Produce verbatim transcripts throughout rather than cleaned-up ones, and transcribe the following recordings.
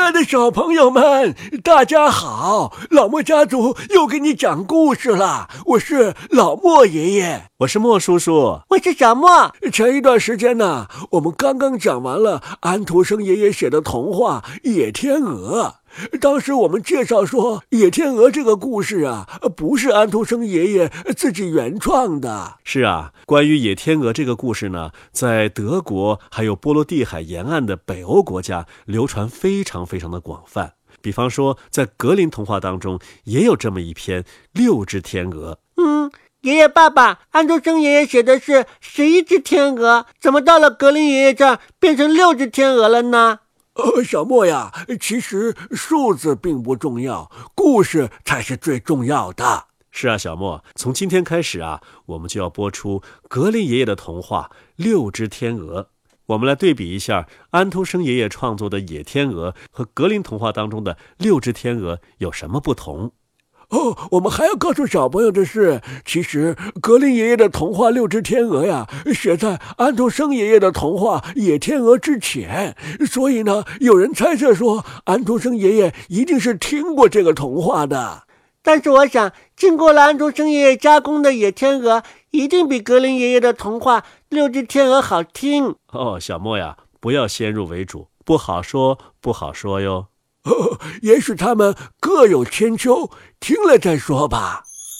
爱的小朋友们，大家好！老莫家族又给你讲故事了。我是老莫爷爷， 我是莫叔叔， 我是小莫。 前一段时间呢，我们刚刚讲完了安徒生爷爷写的童话《野天鹅》。当时我们介绍说，野天鹅这个故事啊，不是安徒生爷爷自己原创的。 是啊，关于野天鹅这个故事呢，在德国还有波罗的海沿岸的北欧国家流传非常非常的广泛。比方说，在格林童话当中也有这么一篇《六只天鹅》。 嗯，爷爷爸爸，安徒生爷爷写的是十一只天鹅，怎么到了格林爷爷这儿变成六只天鹅了呢？ 呃，小莫呀，其实数字并不重要，故事才是最重要的。 是啊，小莫，从今天开始啊，我们就要播出格林爷爷的童话《六只天鹅》。我们来对比一下安徒生爷爷创作的《野天鹅》和格林童话当中的《六只天鹅》有什么不同。 哦，我们还要告诉小朋友的是，其实格林爷爷的童话《六只天鹅》呀，写在安徒生爷爷的童话《野天鹅》之前，所以呢，有人猜测说，安徒生爷爷一定是听过这个童话的。 但是我想，经过了安徒生爷爷加工的《野天鹅》，一定比格林爷爷的童话《六只天鹅》好听。 哦，小莫呀，不要先入为主，不好说，不好说哟。 哦，也许他们各有千秋，听了再说吧。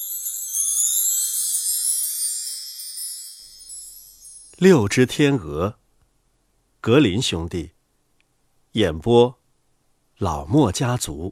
六只天鹅，格林兄弟，演播老莫家族。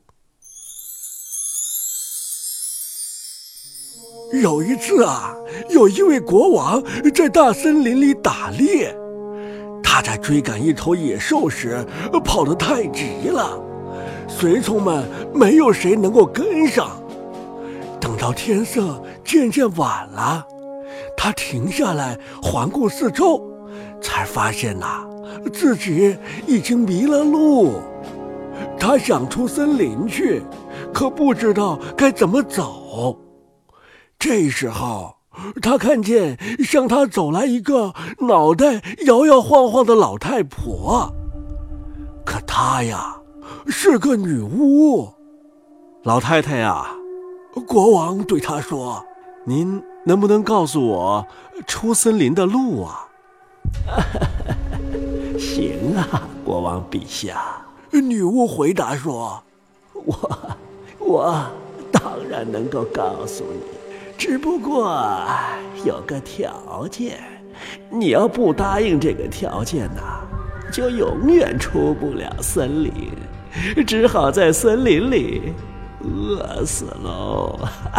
有一次啊，有一位国王在大森林里打猎，他在追赶一头野兽时跑得太急了，随从们没有谁能够跟上。等到天色渐渐晚了，他停下来环顾四周，才发现呐、啊，自己已经迷了路。他想出森林去，可不知道该怎么走。这时候，他看见向他走来一个脑袋摇摇晃晃的老太婆，可她呀是个女巫。 老太太呀， 国王对她说：“ 您能不能告诉我出森林的路啊？” 行啊，国王陛下。 女巫回答说：“ 我我当然能够告诉你，只不过有个条件，你要不答应这个条件呢、啊，就永远出不了森林，只好在森林里饿死喽。”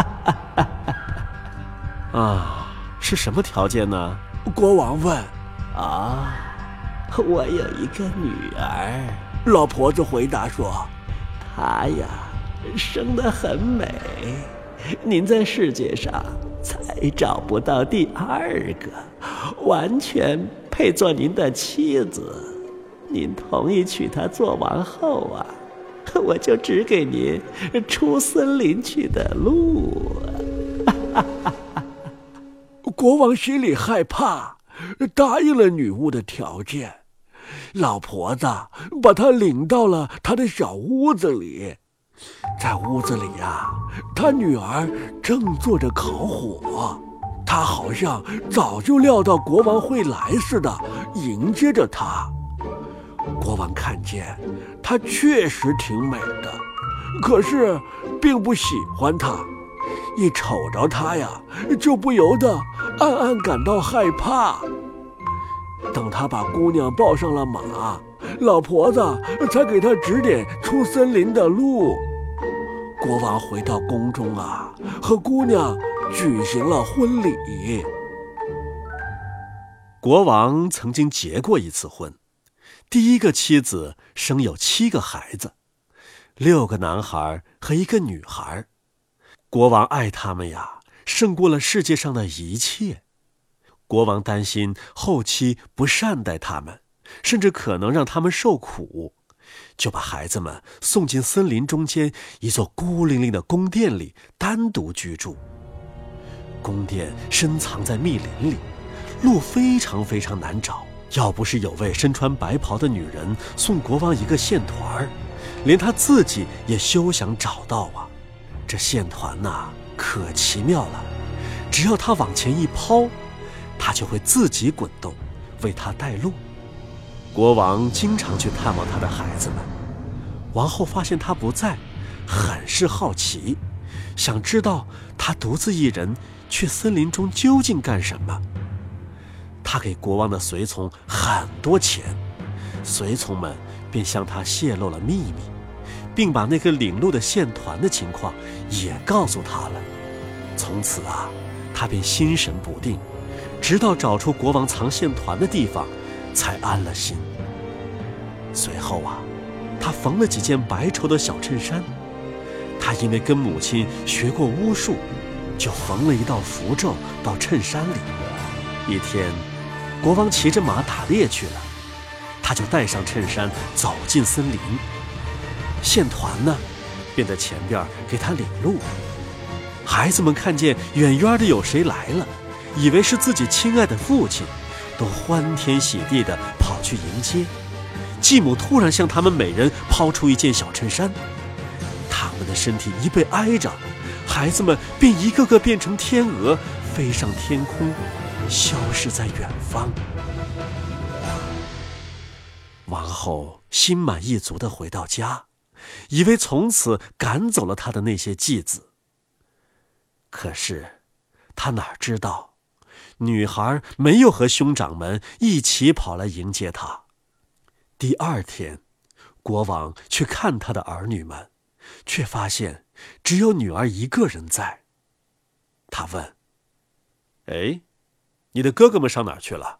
啊，是什么条件呢？ 国王问。 啊，我有一个女儿。 老婆子回答说：“ 她呀，生得很美，您在世界上再找不到第二个，完全配做您的妻子。您同意娶她做王后啊，我就指给您出森林去的路。” 国王心里害怕，答应了女巫的条件。老婆子把他领到了他的小屋子里，在屋子里啊，他女儿正坐着烤火，他好像早就料到国王会来似的，迎接着他。国王看见她确实挺美的，可是并不喜欢她，一瞅着她呀，就不由得暗暗感到害怕。等他把姑娘抱上了马，老婆子才给他指点出森林的路。国王回到宫中啊，和姑娘举行了婚礼。 国王曾经结过一次婚，第一个妻子生有七个孩子，六个男孩和一个女孩。国王爱他们呀，胜过了世界上的一切。国王担心后妻不善待他们，甚至可能让他们受苦，就把孩子们送进森林中间一座孤零零的宫殿里单独居住。宫殿深藏在密林里，路非常非常难找，要不是有位身穿白袍的女人送国王一个线团， 连他自己也休想找到啊！这线团呐、啊，可奇妙了，只要他往前一抛，他就会自己滚动，为他带路。国王经常去探望他的孩子们，王后发现他不在，很是好奇，想知道他独自一人去森林中究竟干什么。他给国王的随从很多钱，随从们便向他泄露了秘密，并把那个领路的线团的情况也告诉他了。从此啊，他便心神不定，直到找出国王藏线团的地方，才安了心。随后啊，他缝了几件白绸的小衬衫。他因为跟母亲学过巫术，就缝了一道符咒到衬衫里。一天，国王骑着马打猎去了，他就带上衬衫走进森林。线团呢，便在前边给他领路。孩子们看见远远的有谁来了，以为是自己亲爱的父亲，都欢天喜地地跑去迎接。继母突然向他们每人抛出一件小衬衫，他们的身体一被挨着，孩子们便一个个变成天鹅，飞上天空，消失在远方。王后心满意足地回到家，以为从此赶走了她的那些继子。可是她哪知道，女孩没有和兄长们一起跑来迎接她。第二天，国王去看他的儿女们，却发现只有女儿一个人在。他问：“哎，你的哥哥们上哪儿去了？”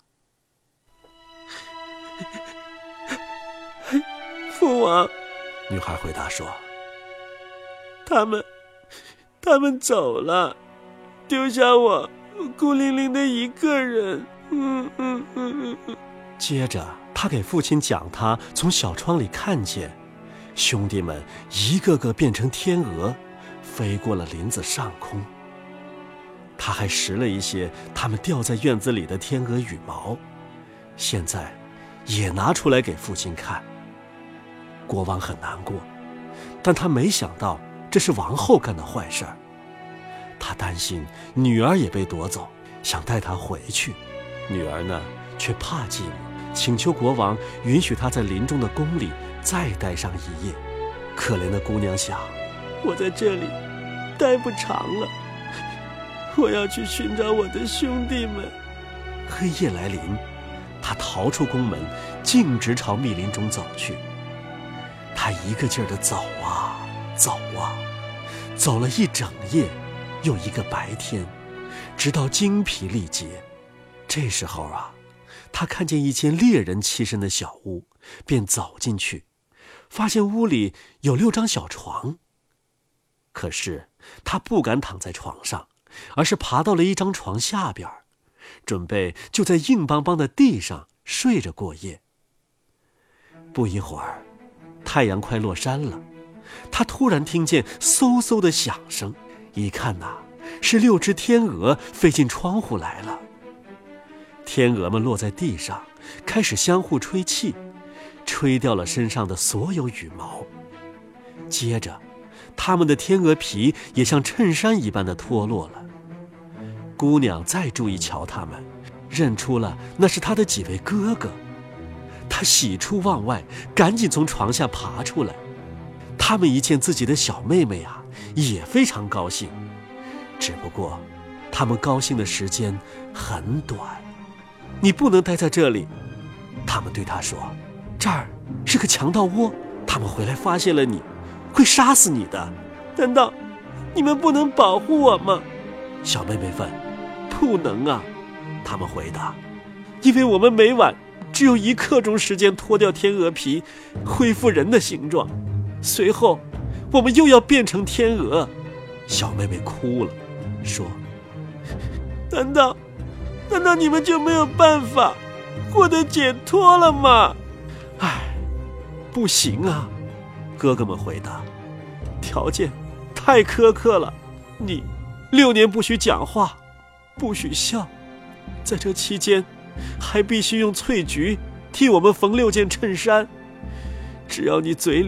父王， 女孩回答说：“ 他们，他们走了，丢下我孤零零的一个人。”嗯嗯嗯嗯。 接着，他给父亲讲他从小窗里看见兄弟们一个个变成天鹅，飞过了林子上空。他还拾了一些他们掉在院子里的天鹅羽毛，现在也拿出来给父亲看。国王很难过，但他没想到这是王后干的坏事儿。他担心女儿也被夺走，想带她回去。女儿呢，却怕继母，请求国王允许她在林中的宫里再待上一夜。可怜的姑娘想， 我在这里待不长了，我要去寻找我的兄弟们。 黑夜来临，她逃出宫门，径直朝密林中走去。她一个劲儿地走啊走啊，走了一整夜，又一个白天，直到精疲力竭。这时候啊，他看见一间猎人栖身的小屋，便走进去，发现屋里有六张小床。可是他不敢躺在床上，而是爬到了一张床下边，准备就在硬邦邦的地上睡着过夜。不一会儿，太阳快落山了，他突然听见嗖嗖的响声，一看呐、啊，是六只天鹅飞进窗户来了。天鹅们落在地上，开始相互吹气，吹掉了身上的所有羽毛。接着，它们的天鹅皮也像衬衫一般的脱落了。姑娘再注意瞧它们，认出了那是她的几位哥哥。她喜出望外，赶紧从床下爬出来。他们一见自己的小妹妹啊，也非常高兴。只不过，他们高兴的时间很短。你不能待在这里，他们对他说，这儿是个强盗窝，他们回来发现了你，会杀死你的。 难道你们不能保护我吗？ 小妹妹问。不能啊，他们回答， 因为我们每晚只有一刻钟时间脱掉天鹅皮，恢复人的形状，随后我们又要变成天鹅。 小妹妹哭了，说， 难道难道你们就没有办法获得解脱了吗？ 唉，不行啊，哥哥们回答，条件太苛刻了。你六年不许讲话，不许笑，在这期间还必须用翠菊替我们缝六件衬衫。只要你嘴里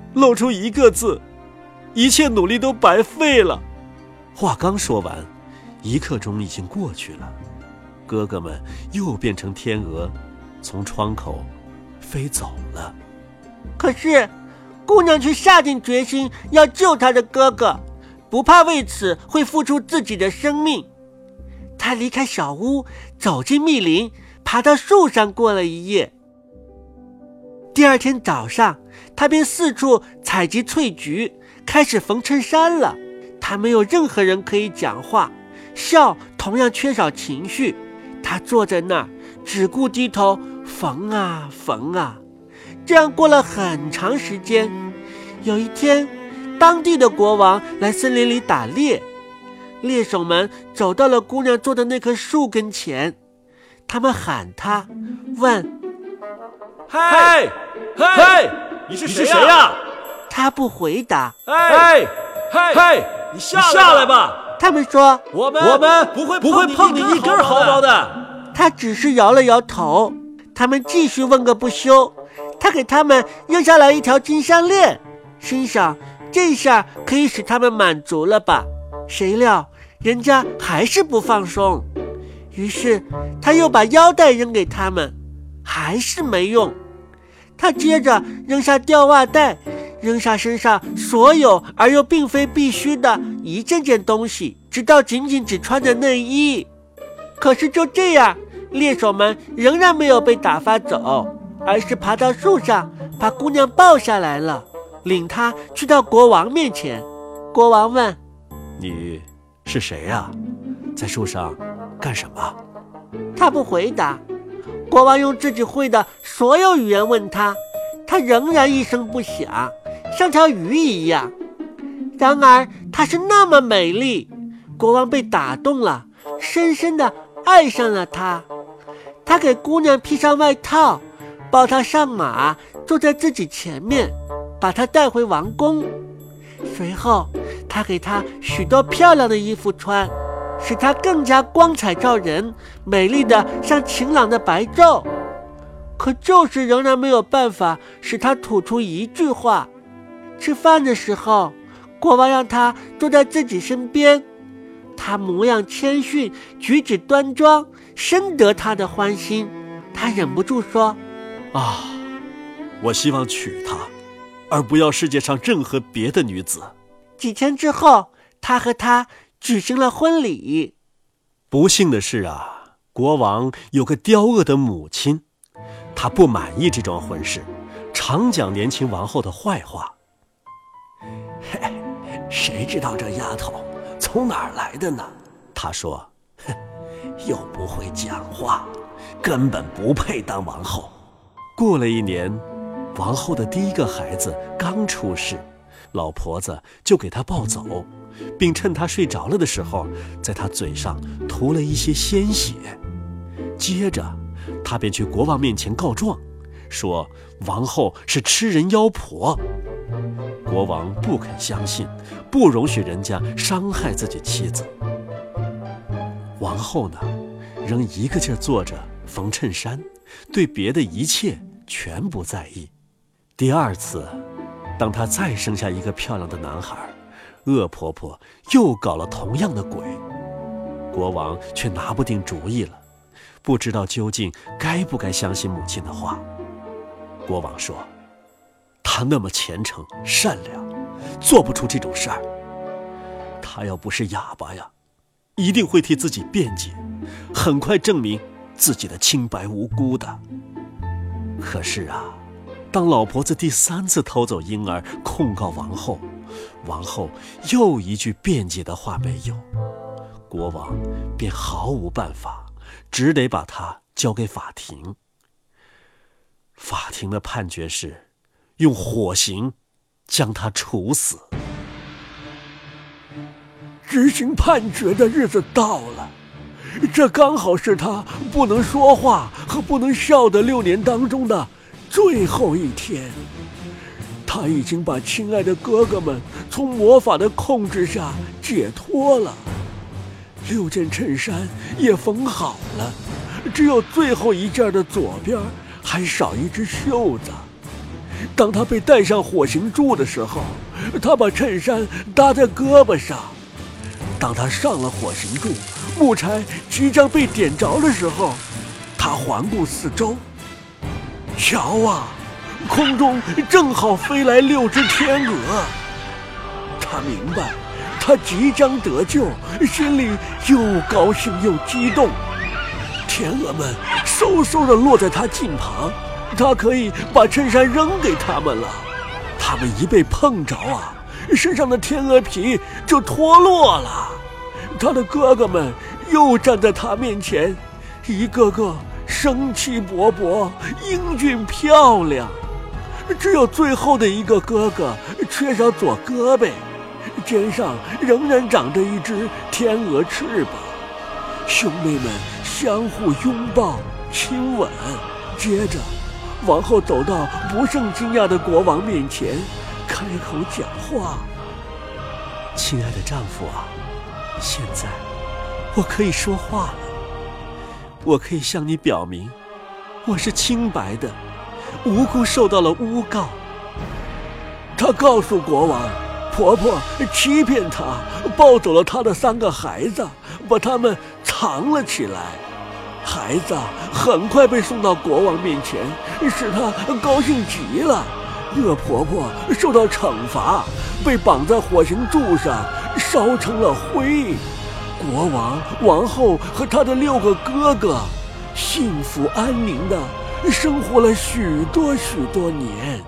露出一个字，一切努力都白费了。话刚说完，一刻钟已经过去了，哥哥们又变成天鹅，从窗口飞走了。 可是姑娘却下定决心要救她的哥哥，不怕为此会付出自己的生命。她离开小屋，走进密林，爬到树上过了一夜。第二天早上，她便四处采集翠菊，开始缝衬衫了。她没有任何人可以讲话，笑同样缺少情绪。她坐在那儿，只顾低头缝啊缝啊。这样过了很长时间。有一天，当地的国王来森林里打猎，猎手们走到了姑娘坐的那棵树跟前，他们喊她，问： 嘿嘿，你是谁呀？ 她不回答。 嘿嘿嘿，你下来吧。 他们说： 我们我们不会不会碰你一根毫毛的。 她只是摇了摇头。他们继续问个不休。他给他们扔下来一条金项链，心想这下可以使他们满足了吧。谁料人家还是不放松，于是他又把腰带扔给他们，还是没用。他接着扔下吊袜带，扔下身上所有而又并非必须的一件件东西，直到仅仅只穿着内衣。可是就这样，猎手们仍然没有被打发走，而是爬到树上，把姑娘抱下来了，领她去到国王面前。国王问： 你是谁呀？在树上干什么？ 她不回答。国王用自己会的所有语言问她，她仍然一声不响，像条鱼一样。然而她是那么美丽，国王被打动了，深深地爱上了她。他给姑娘披上外套，抱她上马，坐在自己前面，把她带回王宫。随后他给她许多漂亮的衣服穿，使她更加光彩照人，美丽的像晴朗的白昼。可就是仍然没有办法使她吐出一句话。吃饭的时候，国王让她坐在自己身边，她模样谦逊，举止端庄，深得他的欢心。他忍不住说： 啊，我希望娶她，而不要世界上任何别的女子。 几天之后，他和她举行了婚礼。 不幸的是啊，国王有个刁恶的母亲，他不满意这桩婚事，常讲年轻王后的坏话。 嘿，谁知道这丫头从哪儿来的呢？ 他说： 哼，又不会讲话，根本不配当王后。 过了一年，王后的第一个孩子刚出世，老婆子就给她抱走，并趁她睡着了的时候，在她嘴上涂了一些鲜血。接着她便去国王面前告状，说王后是吃人妖婆。国王不肯相信，不容许人家伤害自己妻子。王后呢，仍一个劲儿坐着缝衬衫，对别的一切全不在意。第二次，当她再生下一个漂亮的男孩，恶婆婆又搞了同样的鬼。国王却拿不定主意了，不知道究竟该不该相信母亲的话。国王说，她那么虔诚善良，做不出这种事儿。她要不是哑巴呀，一定会替自己辩解，很快证明自己的清白无辜的。可是啊，当老婆子第三次偷走婴儿控告王后，王后又一句辩解的话没有，国王便毫无办法，只得把她交给法庭。法庭的判决是用火刑将她处死。 执行判决的日子到了，这刚好是他不能说话和不能笑的六年当中的最后一天。他已经把亲爱的哥哥们从魔法的控制下解脱了，六件衬衫也缝好了，只有最后一件的左边还少一只袖子。 当他被带上火刑柱的时候，他把衬衫搭在胳膊上。当他上了火刑柱，木柴即将被点着的时候，他环顾四周，瞧啊，空中正好飞来六只天鹅。他明白，他即将得救，心里又高兴又激动。天鹅们嗖嗖地落在他近旁，他可以把衬衫扔给他们了。他们一被碰着啊，身上的天鹅皮就脱落了。他的哥哥们又站在他面前，一个个生气勃勃，英俊漂亮。只有最后的一个哥哥缺少左胳膊，肩上仍然长着一只天鹅翅膀。兄妹们相互拥抱亲吻，接着王后走到不胜惊讶的国王面前，开口讲话： 亲爱的丈夫啊，现在我可以说话了，我可以向你表明我是清白的，无辜受到了诬告。 他告诉国王，婆婆欺骗他，抱走了他的三个孩子，把他们藏了起来。孩子很快被送到国王面前，使他高兴极了。恶婆婆受到惩罚，被绑在火刑柱上，烧成了灰。国王、王后和他的六个哥哥幸福安宁地生活了许多许多年。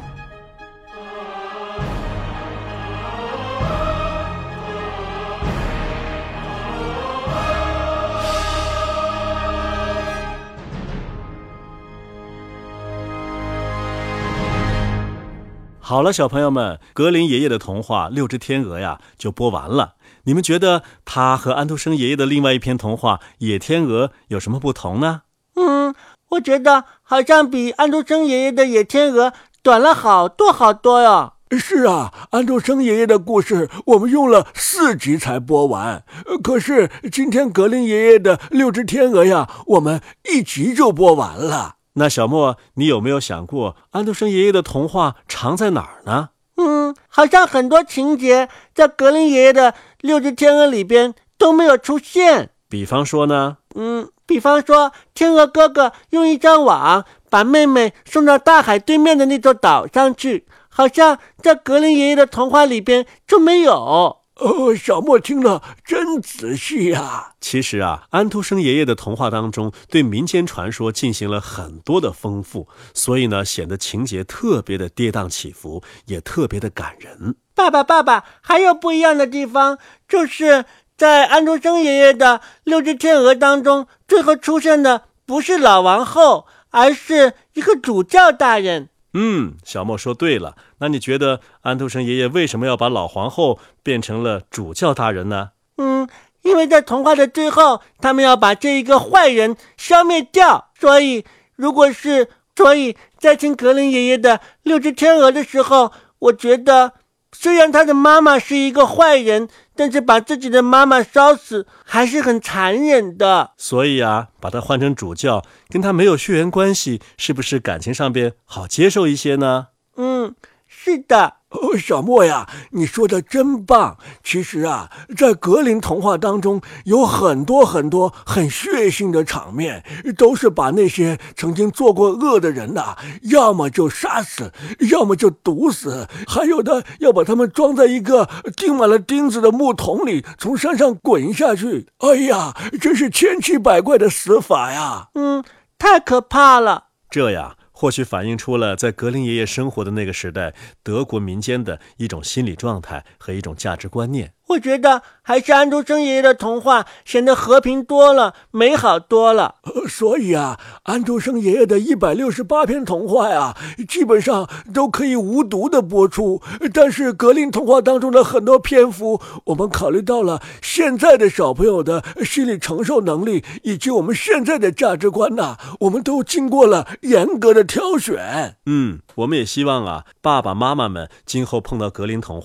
好了，小朋友们，格林爷爷的童话《六只天鹅》呀就播完了。你们觉得他和安徒生爷爷的另外一篇童话《野天鹅》有什么不同呢？ 嗯，我觉得好像比安徒生爷爷的《野天鹅》短了好多好多哟。 是啊，安徒生爷爷的故事我们用了四集才播完，可是今天格林爷爷的《六只天鹅》呀，我们一集就播完了。 那小莫，你有没有想过安徒生爷爷的童话藏在哪儿呢？ 嗯，好像很多情节在格林爷爷的《六只天鹅》里边都没有出现。 比方说呢？ 嗯，比方说天鹅哥哥用一张网把妹妹送到大海对面的那座岛上去，好像在格林爷爷的童话里边就没有。 哦，小莫听了真仔细呀。 其实啊，安徒生爷爷的童话当中对民间传说进行了很多的丰富，所以呢，显得情节特别的跌宕起伏，也特别的感人。 爸爸爸爸，还有不一样的地方，就是在安徒生爷爷的《六只天鹅》当中，最后出现的不是老王后，而是一个主教大人。 嗯，小莫说对了。那你觉得安徒生爷爷为什么要把老皇后变成了主教大人呢？ 嗯，因为在童话的最后，他们要把这一个坏人消灭掉，所以如果是所以在听格林爷爷的《六只天鹅》的时候，我觉得虽然他的妈妈是一个坏人，但是把自己的妈妈烧死还是很残忍的。 所以啊，把他换成主教，跟他没有血缘关系，是不是感情上边好接受一些呢？ 嗯，是的。 哦，小莫呀，你说的真棒。其实啊，在格林童话当中有很多很多很血腥的场面，都是把那些曾经做过恶的人呐、啊，要么就杀死，要么就毒死，还有的要把他们装在一个钉满了钉子的木桶里，从山上滚下去。哎呀，真是千奇百怪的死法呀！ 嗯，太可怕了。 这呀，或许反映出了在格林爷爷生活的那个时代，德国民间的一种心理状态和一种价值观念。 我觉得还是安徒生爷爷的童话显得和平多了，美好多了。 呃、所以啊，安徒生爷爷的一百六十八篇童话呀，基本上都可以无毒的播出。但是格林童话当中的很多篇幅，我们考虑到了现在的小朋友的心理承受能力，以及我们现在的价值观呐、啊，我们都经过了严格的挑选。 嗯，我们也希望啊，爸爸妈妈们今后碰到格林童话呀，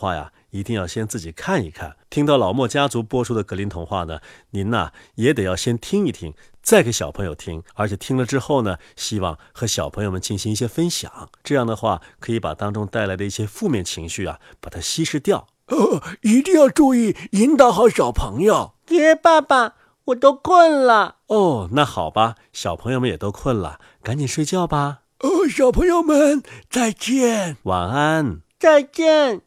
一定要先自己看一看。听到老莫家族播出的格林童话呢，您呐也得要先听一听，再给小朋友听，而且听了之后呢，希望和小朋友们进行一些分享，这样的话可以把当中带来的一些负面情绪啊，把它稀释掉。 呃，一定要注意引导好小朋友。 爷爷爸爸，我都困了。 哦，那好吧，小朋友们也都困了，赶紧睡觉吧。 哦，小朋友们，再见。 晚安。 再见。